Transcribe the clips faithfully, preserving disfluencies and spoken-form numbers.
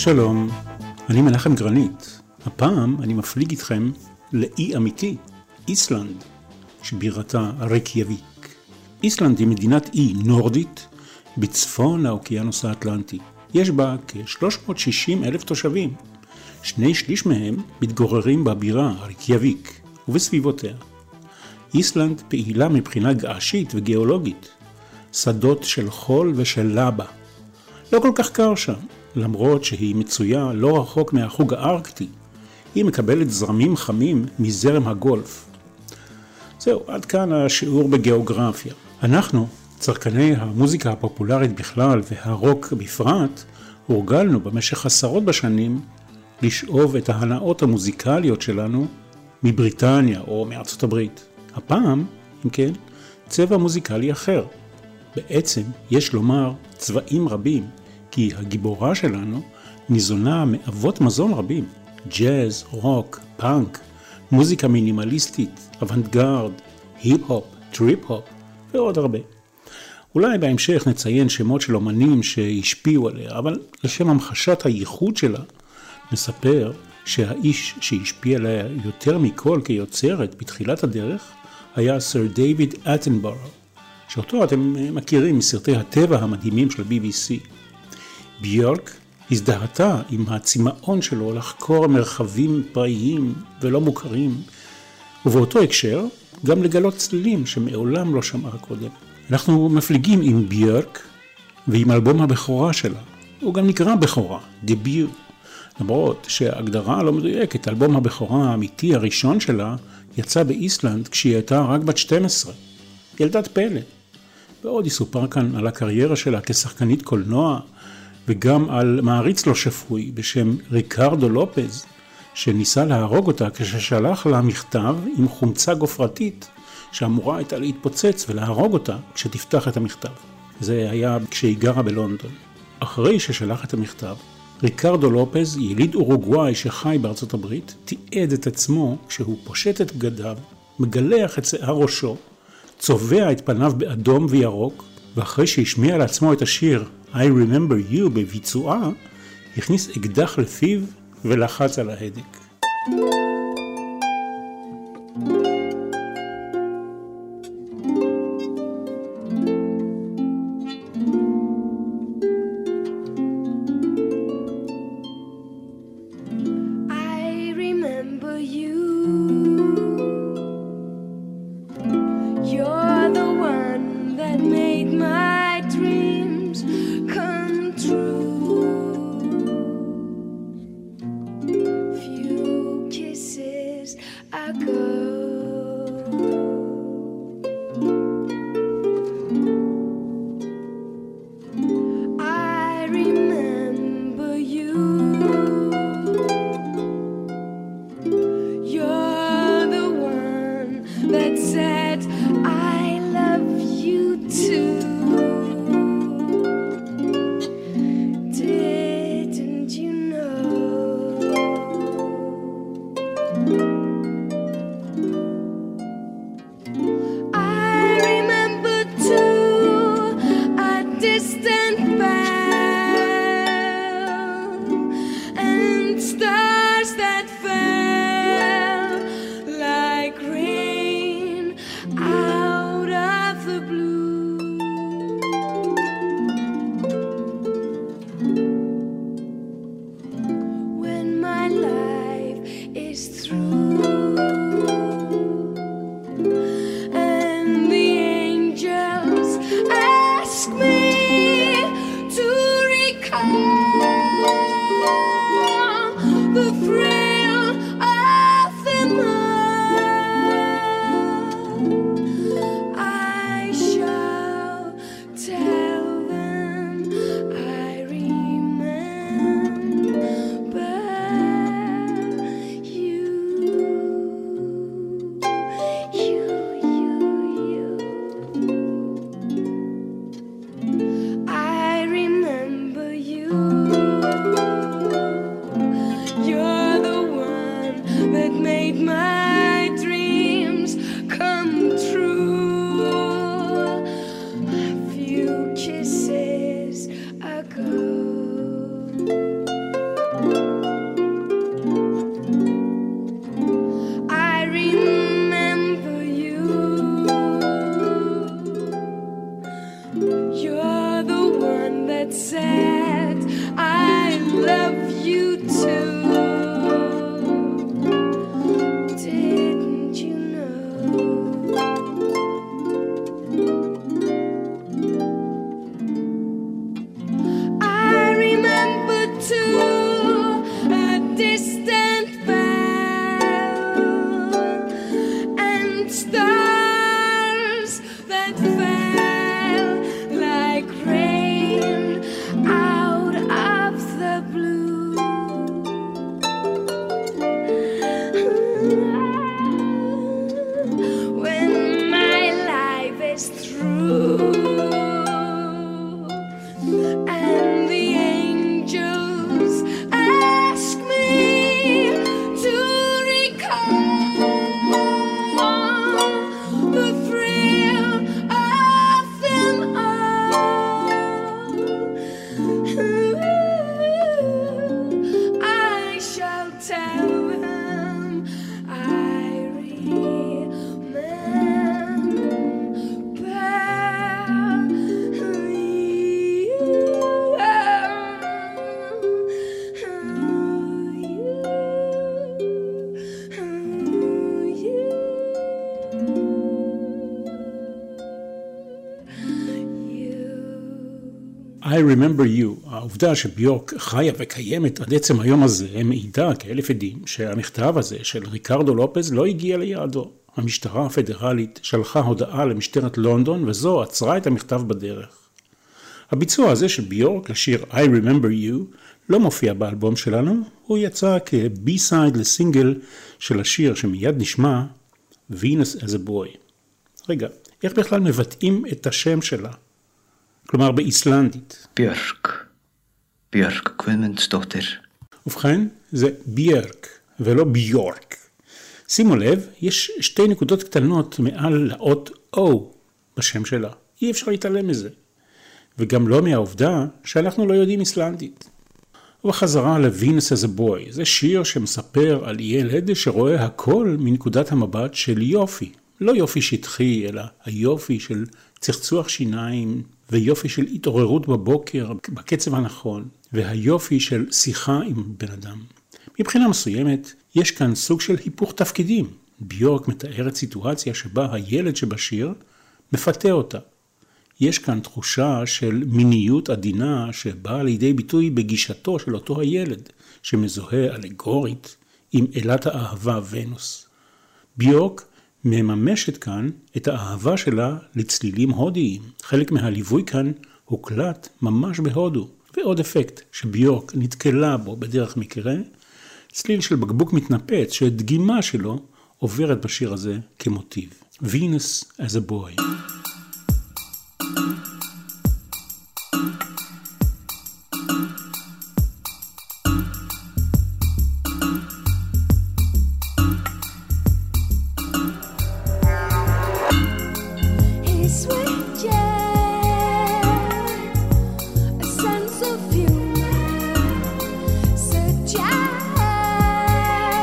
שלום, אני מנחם גרנית. הפעם אני מפליג איתכם לאי אמיתי, איסלנד, שבירתה רייקיאביק. איסלנד היא מדינת אי נורדית בצפון האוקיינוס האטלנטי. יש בה כ-שלוש מאות ושישים אלף תושבים. שני שליש מהם מתגוררים בבירה רייקיאביק ובסביבותיה. איסלנד פעילה מבחינה געשית וגיאולוגית. שדות של חול ושל לבה. לא כל כך קר שם, למרות שהיא מצויה לא רחוק מהחוג הארקטי. היא מקבלת זרמים חמים מזרם הגולף. זהו, עד כאן השיעור בגיאוגרפיה. אנחנו, צרכני המוזיקה הפופולרית בכלל והרוק בפרט, הורגלנו במשך עשרות בשנים לשאוב את ההנאות המוזיקליות שלנו מבריטניה או מארצות הברית. הפעם, אם כן, צבע מוזיקלי אחר. בעצם יש לומר צבעים רבים, כי הגיבורה שלנו ניזונה מאבות מזון רבים. ג'אז, רוק, פאנק, מוזיקה מינימליסטית, אוונגרד, היפ-הופ, טריפ-הופ ועוד הרבה. אולי בהמשך נציין שמות של אומנים שהשפיעו עליה, אבל לשם המחשת הייחוד שלה, נספר שהאיש שהשפיע עליה יותר מכל כיוצרת בתחילת הדרך, היה סר דיוויד אטנבורו, שאותו אתם מכירים מסרטי הטבע המדהימים של בי בי סי. ביורק הזדהתה עם הצמאון שלו לחקור מרחבים פראיים ולא מוכרים, ובאותו הקשר גם לגלות צלילים שמעולם לא שמעה קודם. אנחנו מפליגים עם ביורק ועם אלבום הבכורה שלה. הוא גם נקרא בכורה, דביוט. למרות שההגדרה לא מדויקת, אלבום הבכורה האמיתי הראשון שלה יצא באיסלנד כשהיא הייתה רק בת שתים עשרה. ילדת פלא. ועוד יסופר כאן על הקריירה שלה כשחקנית קולנוע, וגם על מעריץ לא שפוי בשם ריקרדו לופז, שניסה להרוג אותה כששלח לה מכתב עם חומצה גופרתית, שאמורה הייתה להתפוצץ ולהרוג אותה כשתפתח את המכתב. זה היה כשהיא גרה בלונדון. אחרי ששלח את המכתב, ריקרדו לופז, יליד אורוגוואי שחי בארצות הברית, תיעד את עצמו כשהוא פושט את בגדיו, מגלח את שיער ראשו, צובע את פניו באדום וירוק, ואחרי שהשמיע לעצמו את השיר I Remember You בביצועה, הכניס אקדח לפיו ולחץ על ההדק. That said I love you too. You're the one that said I love you too. Didn't you know? I remember too a distant bell and stars that fell like rain out of the blue. When my life is through and the angels ask me to recall the thrill of them all, I shall tell them I remember I remember you. העובדה שביורק חיה וקיימת עד עצם היום הזה מעידה כאלף עדים שהמכתב הזה של ריקרדו לופז לא הגיע ליעדו. המשטרה הפדרלית שלחה הודעה למשטרת לונדון וזו עצרה את המכתב בדרך. הביצוע הזה של ביורק לשיר I remember you לא מופיע באלבום שלנו, הוא יצא כבי-סייד לסינגל של השיר שמיד נשמע Venus as a Boy. רגע, איך בכלל מבטאים את השם שלה? כלומר באיסלנדית. ביורק. ביורק קווימנסדוטר. ובכן, זה ביורק ולא ביורק. שימו לב, יש שתי נקודות קטנות מעל לאות O בשם שלה. אי אפשר להתעלם מזה. וגם לא מהעובדה שאנחנו לא יודעים איסלנדית. ובחזרה ל-Venus as a Boy, זה שיר שמספר על ילד שרואה הכל מנקודת המבט של יופי. לא יופי שטחי, אלא היופי של צחצוח שיניים, ויופי של התעוררות בבוקר בקצב הנכון, והיופי של שיחה עם בן אדם. מבחינה מסוימת, יש כאן סוג של היפוך תפקידים. ביורק מתארת סיטואציה שבה הילד שבשיר מפתה אותה. יש כאן תחושה של מיניות עדינה שבאה לידי ביטוי בגישתו של אותו הילד, שמזוהה אלגורית עם אלת האהבה ונוס. ביורק מממשת כאן את האהבה שלה לצלילים הודיים. חלק מהליווי כאן הוקלט ממש בהודו. ועוד אפקט שביורק נתקלה בו בדרך מקרה, צליל של בקבוק מתנפץ שהדגימה שלו עוברת בשיר הזה כמוטיב. Venus as a Boy.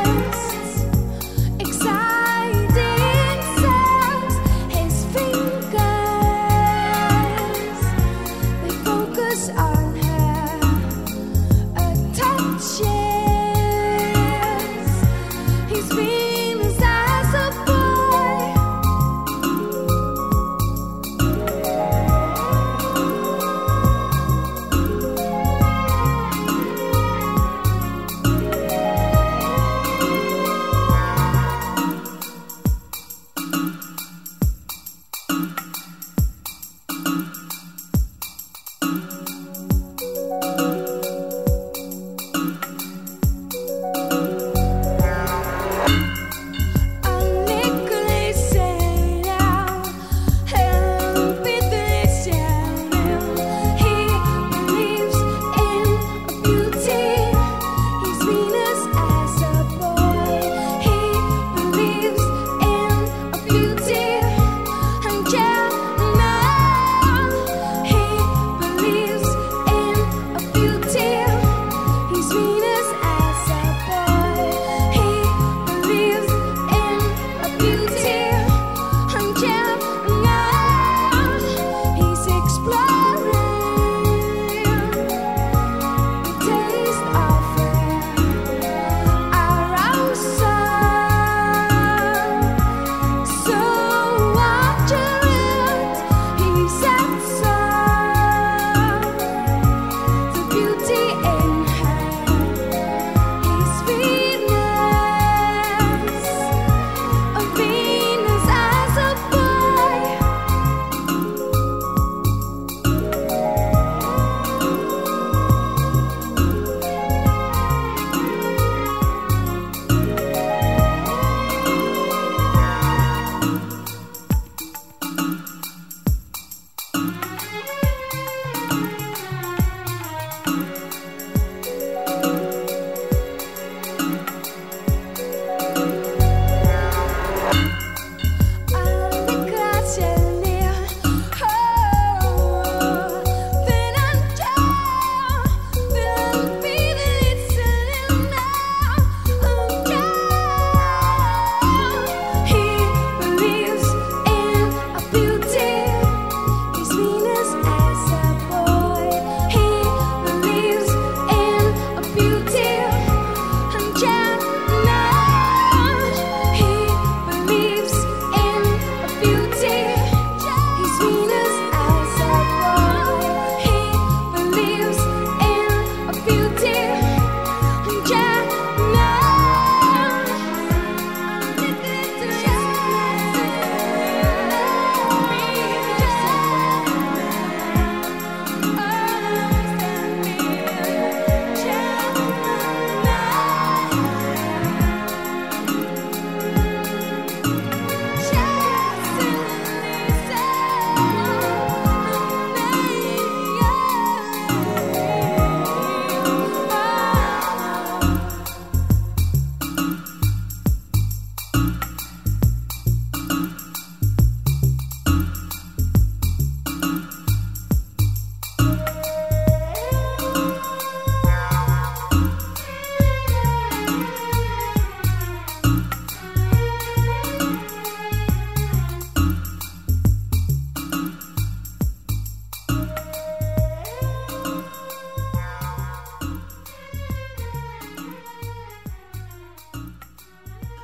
Exciting sounds, his fingers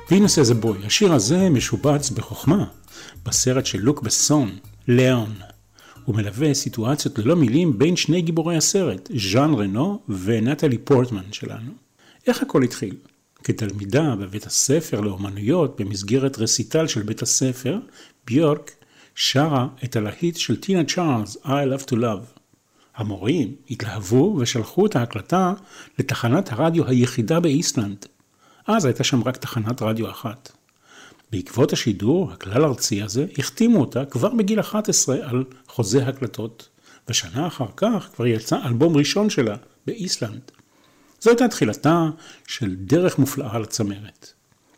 וינוס איזה בוי, השיר הזה משובץ בחוכמה בסרט של לוק בסון, ליאון. הוא מלווה סיטואציות ללא מילים בין שני גיבורי הסרט, ז'אן רנו ונטלי פורטמן שלנו. איך הכל התחיל? כתלמידה בבית הספר לאומנויות במסגרת רסיטל של בית הספר, ביורק שרה את הלהיט של טינה צ'ארלס, I Love to Love. המורים התלהבו ושלחו את ההקלטה לתחנת הרדיו היחידה באיסלנד. אז הייתה שם רק תחנת רדיו אחת. בעקבות השידור הכלל ארצי הזה, החתימו אותה כבר בגיל אחת עשרה על חוזה הקלטות, ושנה אחר כך כבר יצא אלבום ראשון שלה באיסלנד. זו הייתה תחילתה של דרך מופלאה לצמרת.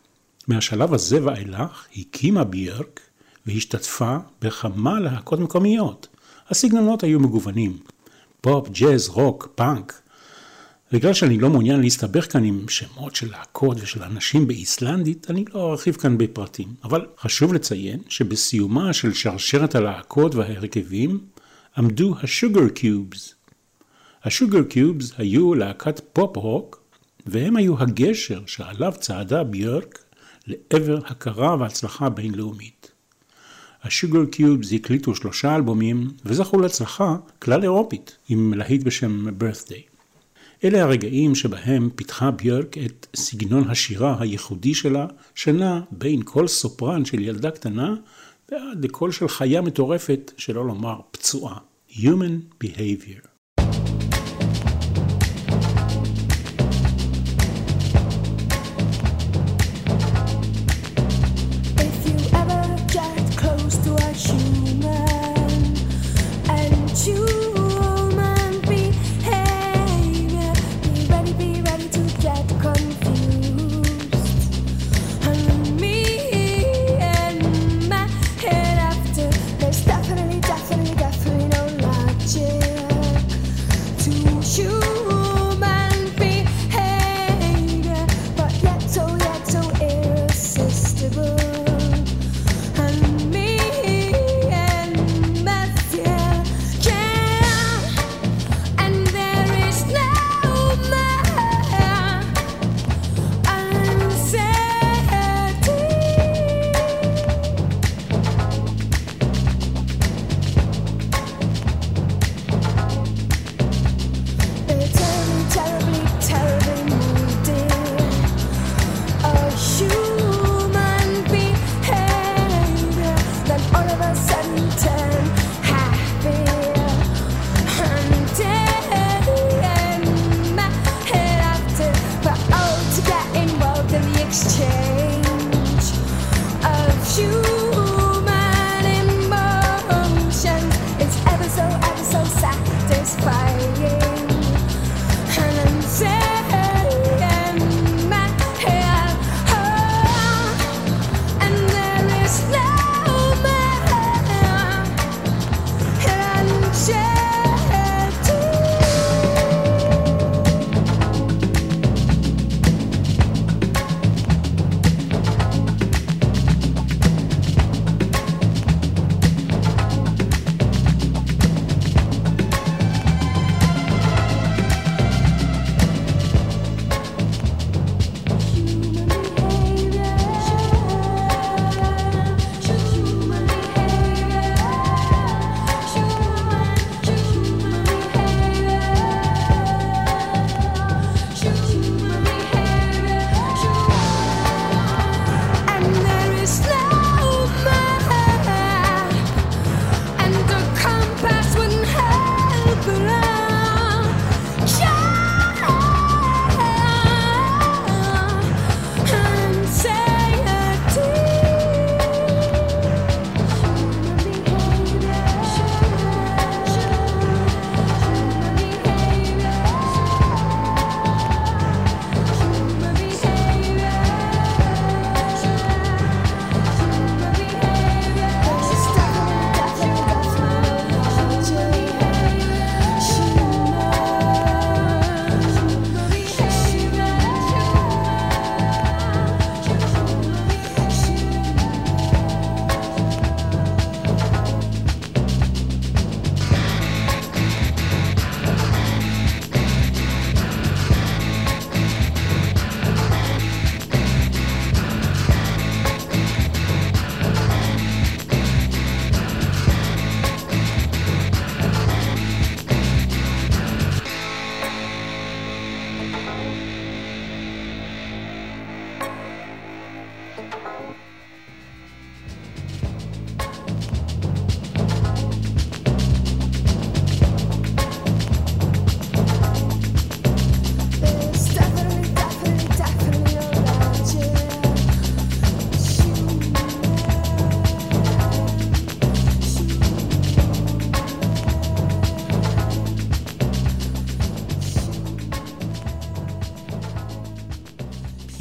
מהשלב הזה ואילך הקימה ביורק והשתתפה בכמה להקות מקומיות. הסגנונות היו מגוונים, פופ, ג'אז, רוק, פאנק. בגלל שאני לא מעוניין להסתבך כאן עם שמות של להקות ושל אנשים באיסלנדית, אני לא ארחיב כאן בפרטים. אבל חשוב לציין שבסיומה של שרשרת הלהקות וההרכבים עמדו השוגר קיובס. השוגר קיובס היו להקת פופ רוק, והם היו הגשר שעליו צעדה ביורק לעבר הכרה והצלחה בינלאומית. השוגר קיובס הקליטו שלושה אלבומים וזכו להצלחה כלל אירופית עם להיט בשם birthday. אלה הרגעים שבהם פיתחה ביורק את סגנון השירה הייחודי שלה, שנע בין כל סופרן של ילדה קטנה ועד לקול של חיה מטורפת, שלא לומר פצועה. Human Behavior. Definitely, definitely no logic.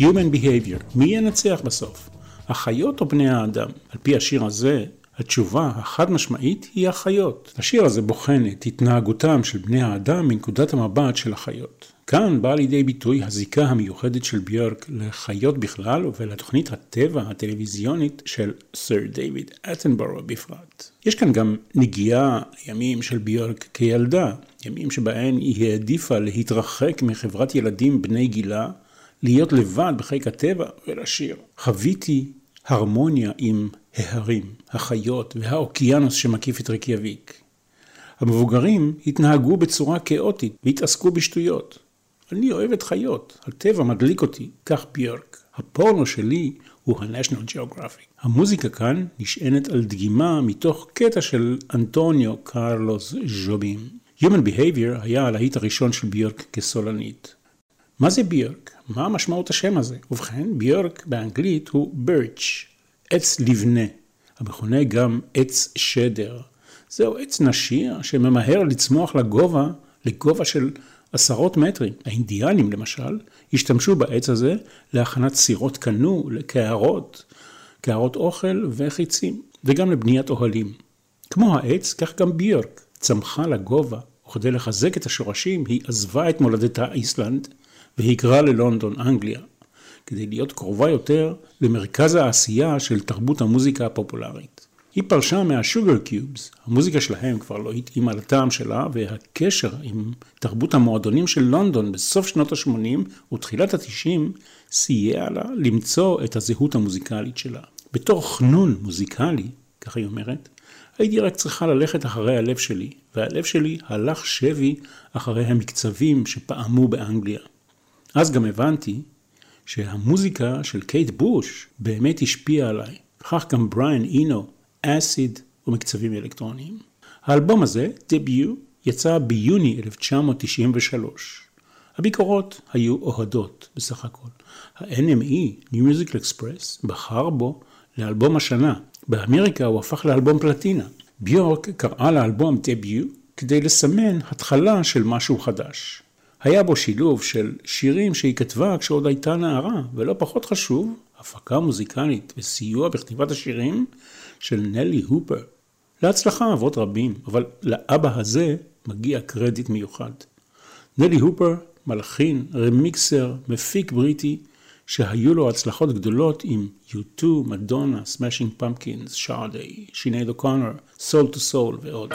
Human Behavior. מי ינצח בסוף? החיות או בני האדם? על פי השיר הזה, התשובה החד משמעית היא החיות. השיר הזה בוחן את התנהגותם של בני האדם מנקודת המבט של החיות. כאן באה לידי ביטוי הזיקה המיוחדת של ביורק לחיות בכלל ולתוכנית הטבע הטלוויזיונית של סר דיוויד אטנבורו בפרט. יש כאן גם נגיעה ימים של ביורק כילדה, ימים שבהן היא העדיפה להתרחק מחברת ילדים בני גילה, להיות לבד בחיק הטבע ולשיר. חוויתי הרמוניה עם ההרים, החיות והאוקיינוס שמקיף את רקיאביק. המבוגרים התנהגו בצורה כאוטית והתעסקו בשטויות. אני אוהבת חיות, הטבע מדליק אותי, כך ביורק. הפורנו שלי הוא ה-National Geographic. המוזיקה כאן נשענת על דגימה מתוך קטע של אנטוניו קרלוס ז'ובים. Human Behavior היה הלהיט הראשון של ביורק כסולנית. מה זה ביורק? מה משמעות השם הזה? ובכן, ביורק באנגלית הוא birch, עץ לבנה, המכונה גם עץ שדר. זהו עץ נשיר שממהר לצמוח לגובה, לגובה של עשרות מטרים. האינדיאנים למשל השתמשו בעץ הזה להכנת סירות קנו, לקערות, קערות אוכל וחיצים, וגם לבניית אוהלים. כמו העץ, כך גם ביורק צמחה לגובה, וכדי לחזק את השורשים היא עזבה את מולדתה איסלנד, והיגרה ללונדון, אנגליה, כדי להיות קרובה יותר למרכז העשייה של תרבות המוזיקה הפופולרית. היא פרשה מהשוגר קיובס, המוזיקה שלהם כבר לא התאימה לטעם שלה, והקשר עם תרבות המועדונים של לונדון בסוף שנות ה-שמונים ותחילת ה-תשעים סייע לה למצוא את הזהות המוזיקלית שלה. בתור חנון מוזיקלי, כך היא אומרת, הייתי רק צריכה ללכת אחרי הלב שלי, והלב שלי הלך שבי אחרי המקצבים שפעמו באנגליה. אז גם הבנתי שהמוזיקה של קייט בוש באמת השפיעה עליי, וכך גם בריאן אינו, אסיד ומקצבים אלקטרוניים. האלבום הזה, דביוט, יצא ביוני אלף תשע מאות תשעים ושלוש. הביקורות היו אוהדות בסך הכל. ה-אן אם אי, New Musical Express, בחר בו לאלבום השנה. באמריקה הוא הפך לאלבום פלטינה. ביורק קראה לאלבום דביוט כדי לסמן התחלה של משהו חדש. היה בו שילוב של שירים שהיא כתבה כשעוד הייתה נערה, ולא פחות חשוב, הפקה מוזיקלית וסיוע בכתיבת השירים של נלי הופר. להצלחה אבות רבים, אבל לאבא הזה מגיע קרדיט מיוחד. נלי הופר, מלחין, רמיקסר, מפיק בריטי, שהיו לו הצלחות גדולות עם יו טו, מדונה, סמאשינג פמפקינס, שרדי, שינייד אוקונר, סול טו סול ועוד.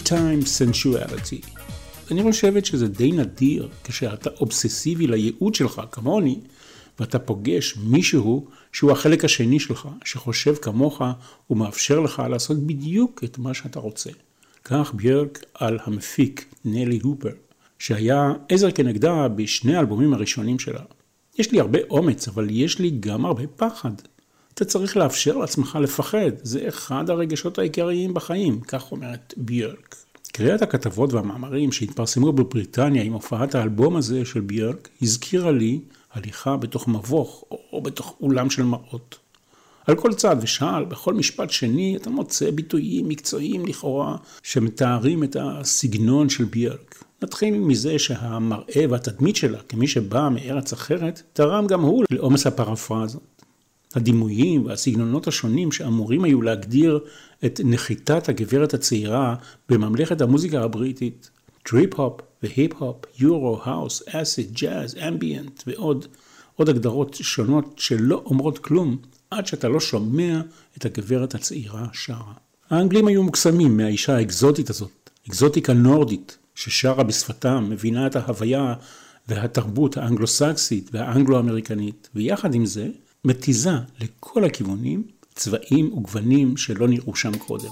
Big-time sensuality. אני חושבת שזה די נדיר כשאתה אובססיבי לייעוד שלך, כמוני, ואתה פוגש מישהו שהוא החלק השני שלך, שחושב כמוך ומאפשר לך לעשות בדיוק את מה שאתה רוצה. כך ביורק על המפיק נלי הופר, שהיה עזר כנגדה בשני האלבומים הראשונים שלה. יש לי הרבה אומץ, אבל יש לי גם הרבה פחד. אתה צריך לאפשר לעצמך לפחד, זה אחד הרגשות העיקריים בחיים, כך אומרת ביורק. קריאת הכתבות והמאמרים שהתפרסמו בבריטניה עם הופעת האלבום הזה של ביורק, הזכירה לי הליכה בתוך מבוך או בתוך אולם של מראות. על כל צעד ושעל, בכל משפט שני, אתה מוצא ביטויים מקצועיים לכאורה שמתארים את הסגנון של ביורק. נתחיל מזה שהמראה והתדמית שלה, כמי שבאה מארץ אחרת, תרם גם הוא לעומס הפרפרזות. הדימויים והסגנונות השונים שאמורים היו להגדיר את נחיתת הגברת הצעירה בממלכת המוזיקה הבריטית, טריפ-הופ והיפ-הופ, יורו, האוס, אסיד, ג'אז, אמביאנט ועוד עוד הגדרות שונות שלא אומרות כלום עד שאתה לא שומע את הגברת הצעירה שרה. האנגלים היו מוקסמים מהאישה האקזוטית הזאת, אקזוטיקה נורדית ששרה בשפתם, מבינה את ההוויה והתרבות האנגלו-סקסית והאנגלו-אמריקנית, ויחד עם זה מתיזה לכל הכיוונים צבעים וגוונים שלא נראו שם קודם.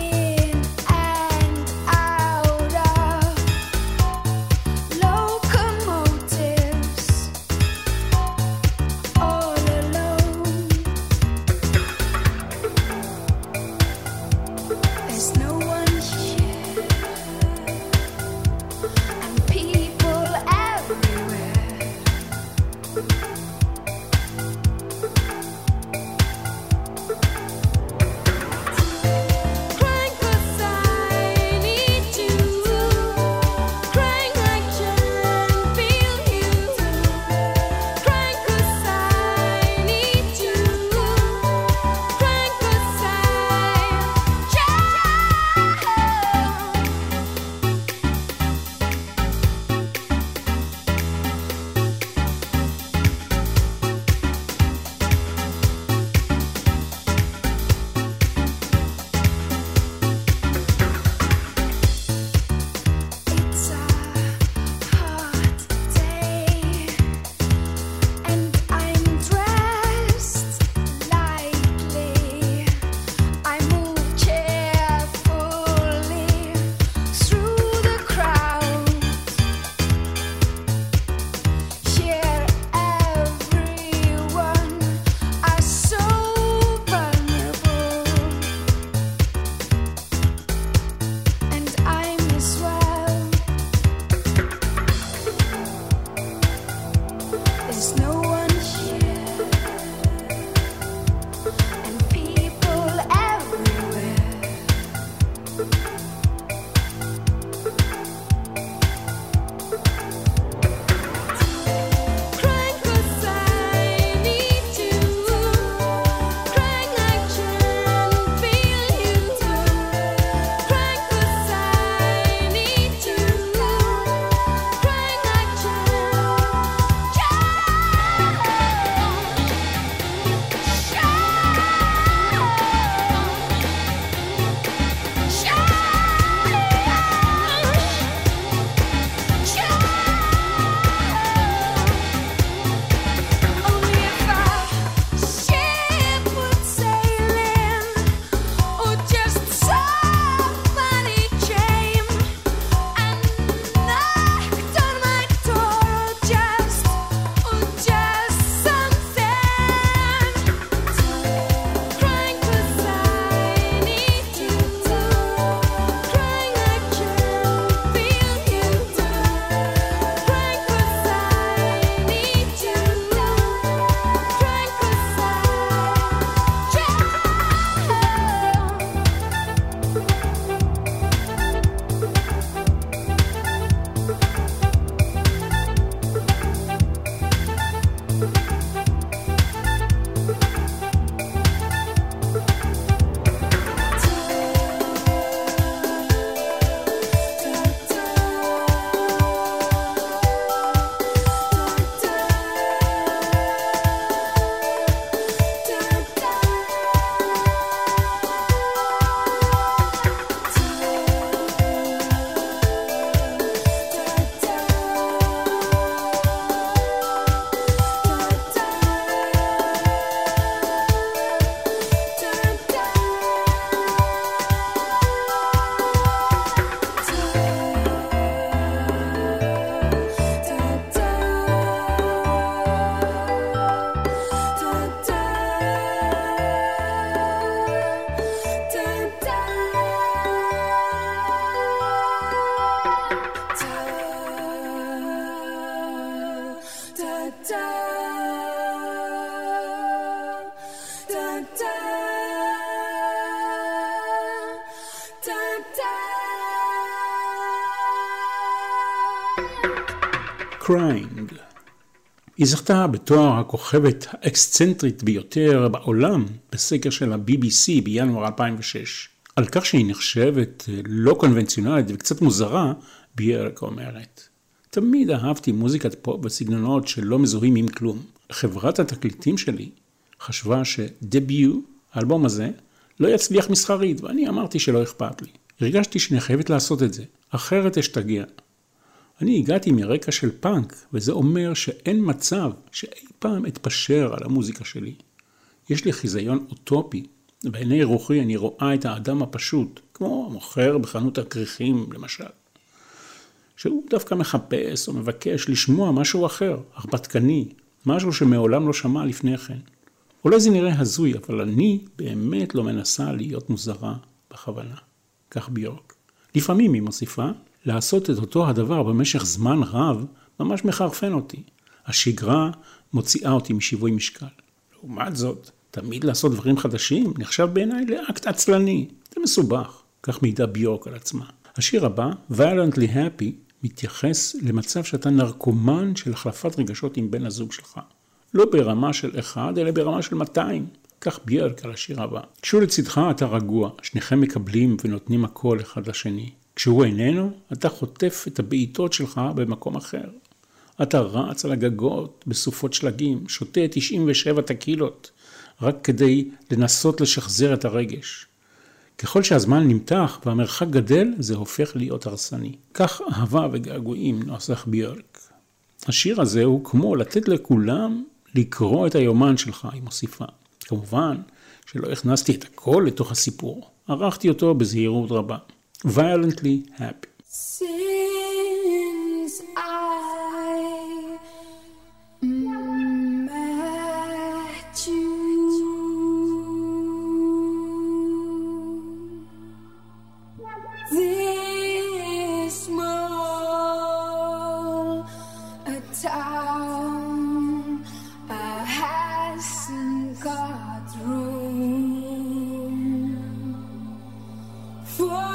Local Crying. היא זכתה בתואר הכוכבת האקסצנטרית ביותר בעולם בסקר של ה-בי בי סי בינואר אלפיים ושש. על כך שהיא נחשבת לא קונבנציונלית וקצת מוזרה, ביורק אומרת. תמיד אהבתי מוזיקת פופ בסגנונות שלא מזוהים עם כלום. חברת התקליטים שלי חשבה שדביוט, האלבום הזה, לא יצליח מסחרית, ואני אמרתי שלא אכפת לי. הרגשתי שאני חייבת לעשות את זה, אחרת אשתגע. אני הגעתי מרקע של פאנק, וזה אומר שאין מצב שאי פעם אתפשר על המוזיקה שלי. יש לי חיזיון אוטופי, בעיני רוחי אני רואה את האדם הפשוט, כמו המוכר בחנות הכריכים למשל, שהוא דווקא מחפש או מבקש לשמוע משהו אחר, הרפתקני, משהו שמעולם לא שמע לפני כן. אולי זה נראה הזוי, אבל אני באמת לא מנסה להיות מוזרה בכוונה. כך ביורק. לפעמים היא מוסיפה, לעשות את אותו הדבר במשך זמן רב ממש מחרפן אותי. השגרה מוציאה אותי משיווי משקל. לעומת זאת, תמיד לעשות דברים חדשים נחשב בעיניי לאקט עצלני. זה מסובך. כך מידע ביורק על עצמה. השיר הבא, Violently Happy, מתייחס למצב שאתה נרקומן של החלפת רגשות עם בן הזוג שלך. לא ברמה של אחד, אלא ברמה של מאתיים. כך ביורק על השיר הבא. כשהוא לצדך אתה רגוע, שניכם מקבלים ונותנים הכל אחד לשני. כשהוא איננו, אתה חוטף את הבעיטות שלך במקום אחר. אתה רץ על הגגות בסופות שלגים, שותה תשעים ושבע טקילות, רק כדי לנסות לשחזר את הרגש. ככל שהזמן נמתח והמרחק גדל, זה הופך להיות הרסני. כך אהבה וגעגועים נוסח ביורק. השיר הזה הוא כמו לתת לכולם לקרוא את היומן שלך, היא מוסיפה. כמובן שלא הכנסתי את הכל לתוך הסיפור. ערכתי אותו בזהירות רבה. Violently Happy. Since I met you, this small a town hasn't got room for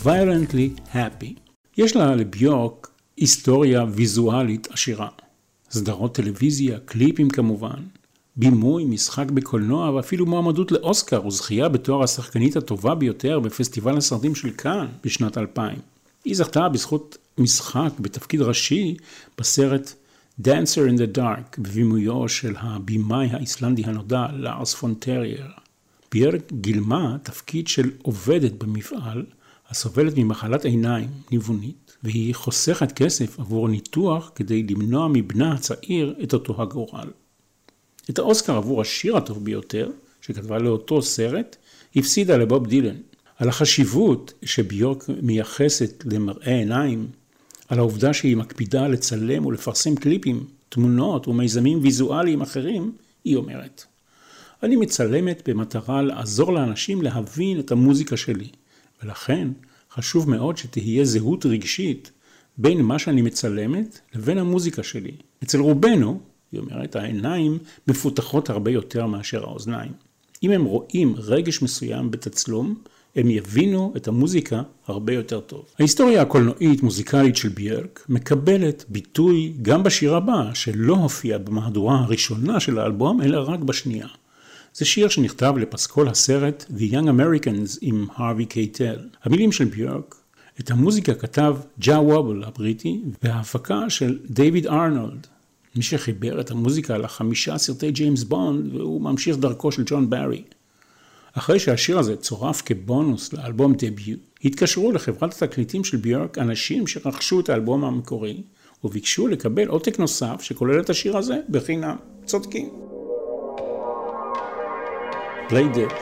Violently Happy. יש לה לביורק היסטוריה ויזואלית עשירה. סדרות טלוויזיה, קליפים כמובן, בימוי, משחק בקולנוע ואפילו מועמדות לאוסקר וזכייה בתואר השחקנית הטובה ביותר בפסטיבל הסרטים של קאן בשנת אלפיים. היא זכתה בזכות משחק בתפקיד ראשי בסרט Dancer in the Dark בבימויו של הבימאי האיסלנדי הנודע לארס פון טרייר. ביורק גילמה תפקיד של עובדת במפעל הסובלת ממחלת עיניים ניוונית, והיא חוסכת כסף עבור ניתוח כדי למנוע מבנה הצעיר את אותו הגורל. את האוסקר עבור השיר הטוב ביותר, שכתבה לאותו סרט, הפסידה לבוב דילן. על החשיבות שביורק מייחסת למראה עיניים, על העובדה שהיא מקפידה לצלם ולפרסם קליפים, תמונות ומיזמים ויזואליים אחרים, היא אומרת: אני מצלמת במטרה לעזור לאנשים להבין את המוזיקה שלי, ולכן חשוב מאוד שתהיה זהות רגשית בין מה שאני מצלמת לבין המוזיקה שלי. אצל רובנו, היא אומרת, העיניים מפותחות הרבה יותר מאשר האוזניים. אם הם רואים רגש מסוים בתצלום, הם יבינו את המוזיקה הרבה יותר טוב. ההיסטוריה הקולנועית מוזיקלית של ביורק מקבלת ביטוי גם בשיר הבא, שלא הופיע במהדורה הראשונה של האלבום, אלא רק בשנייה. זה שיר שנכתב לפסקול הסרט The Young Americans עם הרווי קייטל. המילים של ביורק, את המוזיקה כתב ג'ה וובל הבריטי, וההפקה של דיוויד ארנולד, מי שחיבר את המוזיקה לחמישה סרטי ג'יימס בונד, והוא ממשיך דרכו של ג'ון ברי. אחרי שהשיר הזה צורף כבונוס לאלבום דביוט, התקשרו לחברת התקליטים של ביורק אנשים שרכשו את האלבום המקורי, וביקשו לקבל עותק נוסף שכולל את השיר הזה בחינם. צודקים. Play Dead.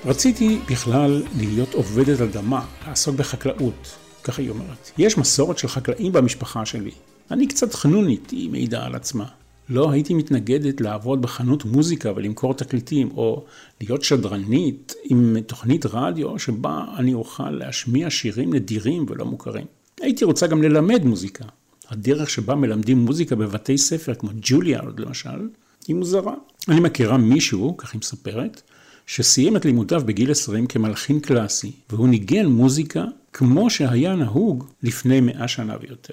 רציתי בכלל להיות עובדת אדמה, לעסוק בחקלאות, כך היא אומרת. יש מסורת של חקלאים במשפחה שלי. אני קצת חנונית, היא מעידה על עצמה. לא הייתי מתנגדת לעבוד בחנות מוזיקה ולמכור תקליטים, או להיות שדרנית עם תוכנית רדיו שבה אני אוכל להשמיע שירים נדירים ולא מוכרים. הייתי רוצה גם ללמד מוזיקה. הדרך שבה מלמדים מוזיקה בבתי ספר, כמו ג'וליארד למשל, היא מוזרה. אני מכירה מישהו, כך היא מספרת, שסיים את לימודיו בגיל עשרים כמלחין קלאסי, והוא ניגן מוזיקה כמו שהיה נהוג לפני מאה שנה ויותר.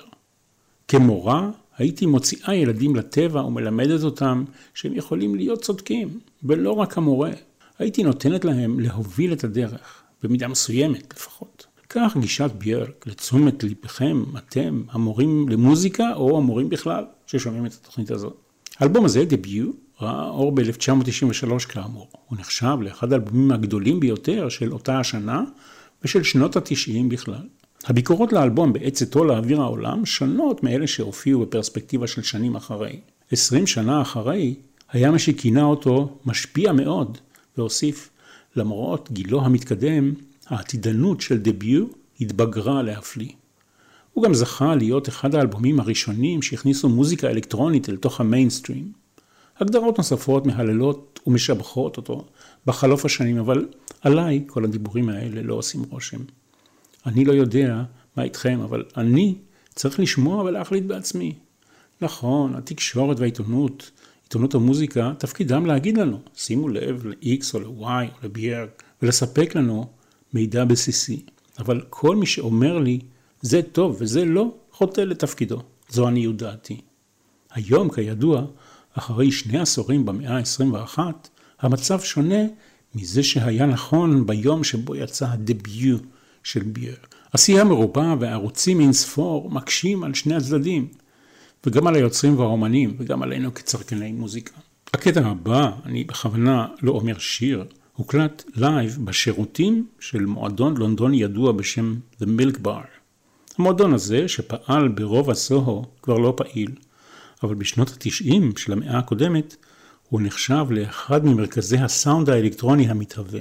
כמורה, הייתי מוציאה ילדים לטבע ומלמדת אותם שהם יכולים להיות צודקים, ולא רק המורה. הייתי נותנת להם להוביל את הדרך, במידה מסוימת לפחות. כך גישת ביורק, לתשומת ליבכם, אתם, המורים למוזיקה או המורים בכלל ששומעים את התוכנית הזאת. האלבום הזה, דביוט, ראה אור ב-אלף תשע מאות תשעים ושלוש כאמור. הוא נחשב לאחד האלבומים הגדולים ביותר של אותה השנה ושל שנות התשעים בכלל. הביקורות לאלבום בעת צאתו לאוויר העולם שונות מאלה שהופיעו בפרספקטיבה של שנים אחרי. עשרים שנה אחרי היה מי שכינה אותו משפיע מאוד, והוסיף, למרות גילו המתקדם, העתידנות של דביוט התבגרה להפליא. הוא גם זכה להיות אחד האלבומים הראשונים שהכניסו מוזיקה אלקטרונית אל תוך המיינסטרים. הגדרות נוספות מהללות ומשבחות אותו בחלוף השנים, אבל עליי כל הדיבורים האלה לא עושים רושם. אני לא יודע מה איתכם, אבל אני צריך לשמוע ולהחליט בעצמי. נכון, התקשורת והעיתונות, עיתונות המוזיקה, תפקידם להגיד לנו, שימו לב ל-X או ל-Y או ל-ביורק, ולספק לנו מידע בסיסי. אבל כל מי שאומר לי, זה טוב וזה לא, חוטא לתפקידו. זו עניות דעתי. היום, כידוע, אחרי שני עשורים במאה ה-עשרים ואחת, המצב שונה מזה שהיה נכון ביום שבו יצא הדביוט של ביורק. עשייה מרובה והערוצים אינספור מקשים על שני הצדדים, וגם על היוצרים והאומנים, וגם עלינו כצרכני מוזיקה. הקטע הבא, אני בכוונה לא אומר שיר, הוקלט לייב בשירותים של מועדון לונדוני ידוע בשם The Milk Bar. המועדון הזה, שפעל ברוב הסוהו, כבר לא פעיל, אבל בשנות התשעים של המאה הקודמת, הוא נחשב לאחד ממרכזי הסאונד האלקטרוני המתהווה.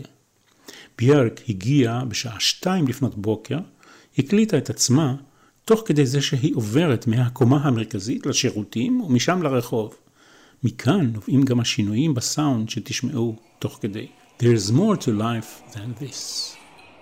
ביורק הגיעה בשעה שתיים לפנות בוקר, הקליטה את עצמה, תוך כדי זה שהיא עוברת מהקומה המרכזית לשירותים ומשם לרחוב. מכאן נובעים גם השינויים בסאונד שתשמעו תוך כדי. There's more to life than this.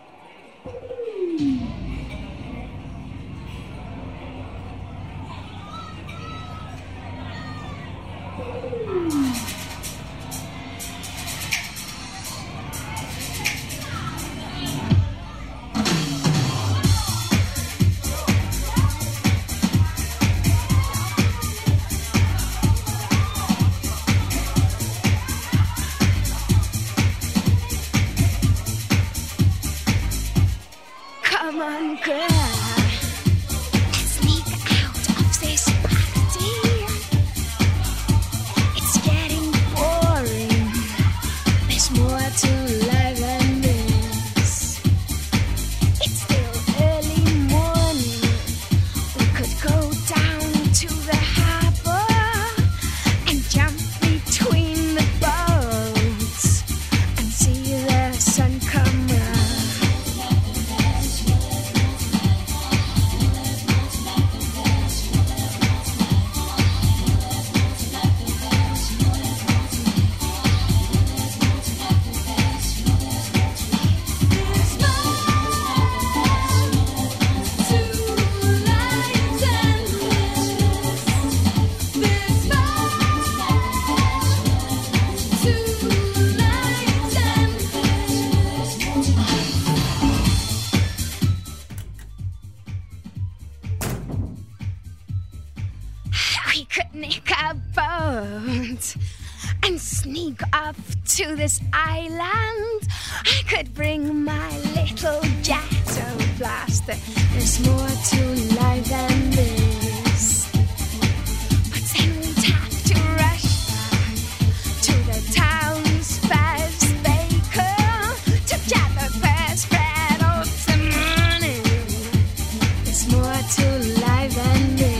And sneak off to this island. I could bring my little ghetto blaster. There's more to life than this. But then we'd have to rush back to the town's first baker to get the first bread of the morning. There's more to life than this.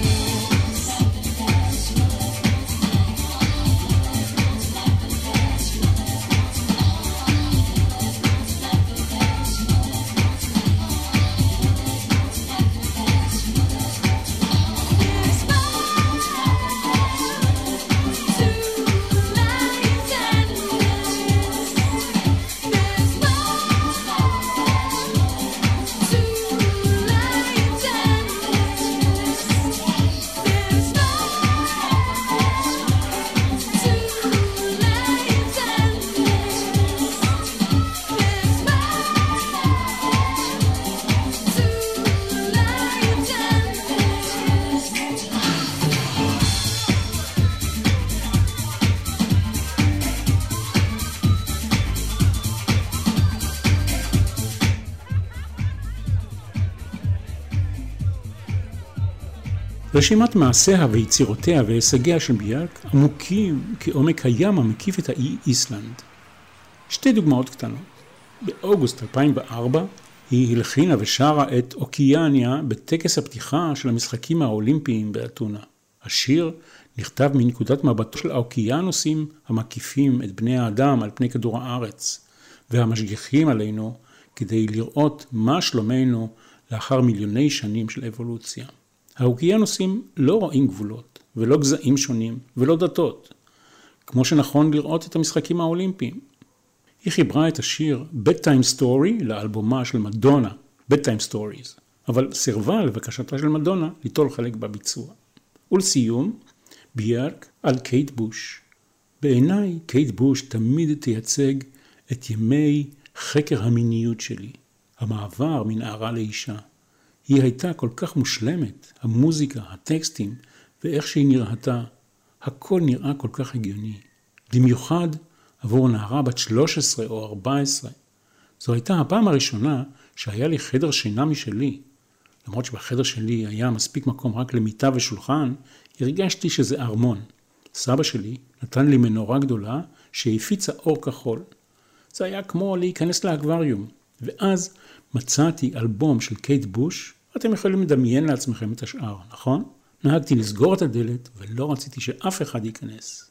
רשימת מעשיה ויצירותיה והישגיה של ביארק עמוקים כעומק הים המקיף את האי איסלנד. שתי דוגמאות קטנות. באוגוסט אלפיים וארבע היא הלחינה ושרה את אוקיאניה בטקס הפתיחה של המשחקים האולימפיים באתונה. השיר נכתב מנקודת מבטו של האוקיינוסים המקיפים את בני האדם על פני כדור הארץ, והמשגיחים עלינו כדי לראות מה שלומנו לאחר מיליוני שנים של אבולוציה. האוקיינוסים לא רואים גבולות, ולא גזעים שונים, ולא דתות, כמו שנכון לראות את המשחקים האולימפיים. היא חיברה את השיר Bedtime Story לאלבומה של מדונה, Bedtime Stories, אבל סירבה לבקשתה של מדונה ליטול חלק בביצוע. ולסיום, ביארק על קייט בוש. בעיניי קייט בוש תמיד תייצג את ימי חקר המיניות שלי, המעבר מנערה לאישה. היא הייתה כל כך מושלמת, המוזיקה, הטקסטים ואיך שהיא נראתה, הכל נראה כל כך הגיוני. במיוחד עבור נערה בת שלוש עשרה או ארבע עשרה. זו הייתה הפעם הראשונה שהיה לי חדר שינה משלי. למרות שבחדר שלי היה מספיק מקום רק למיטה ושולחן, הרגשתי שזה ארמון. סבא שלי נתן לי מנורה גדולה שהפיצה אור כחול. זה היה כמו להיכנס לאקווריום. ואז מצאתי אלבום של קייט בוש, ואתם יכולים לדמיין לעצמכם את השאר, נכון? נהגתי לסגור את הדלת ולא רציתי שאף אחד ייכנס.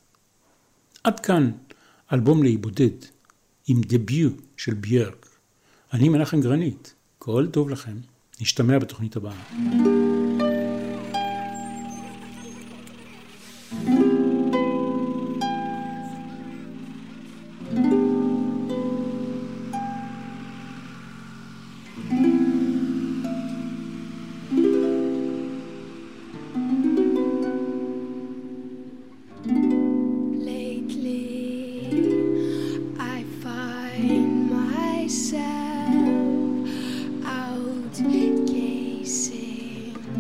עד כאן אלבום להיבודד עם דביוט של ביארק. אני מנחם גרנית, כל טוב לכם. נשתמע בתוכנית הבאה. Gazing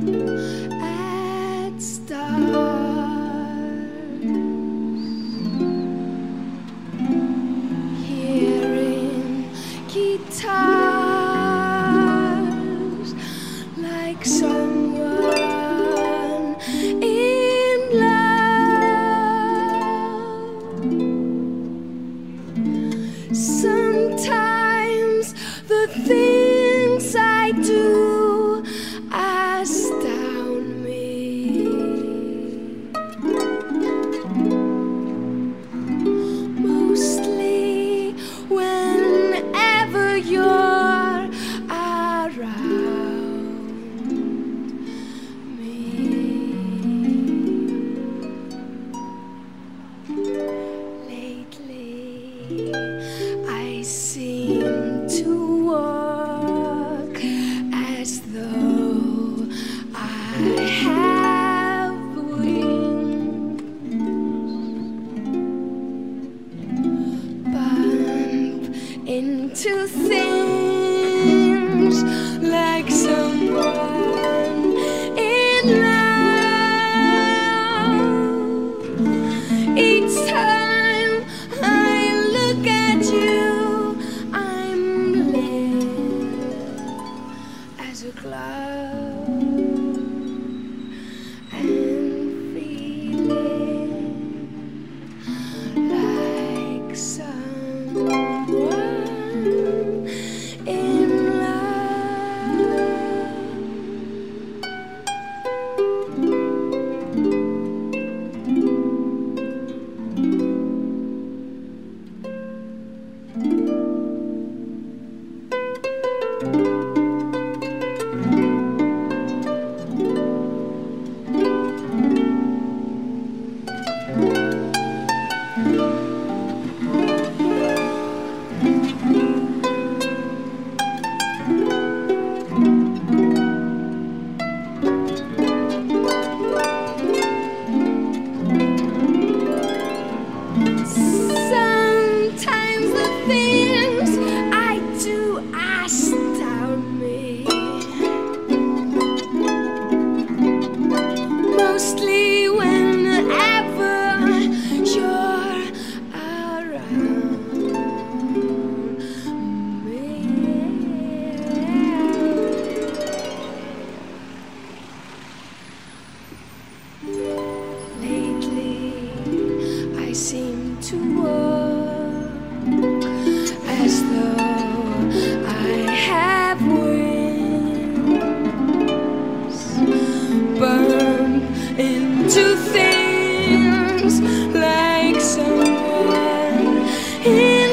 to things like someone in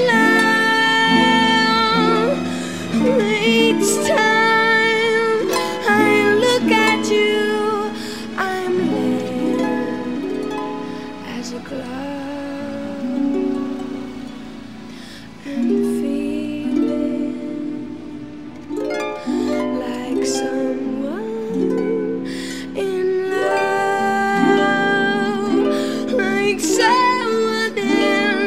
love. Each time I look at you, I'm limp as a cloud and feeling like someone in love, like someone in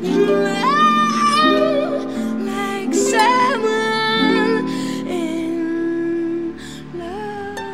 love, like someone in love.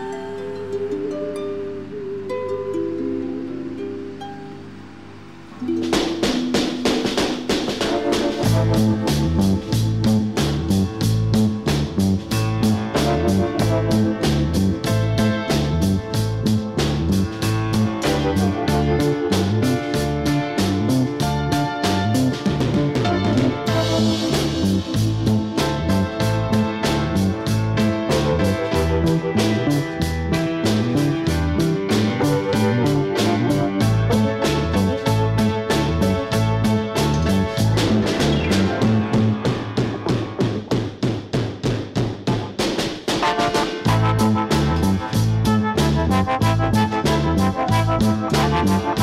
Thank you.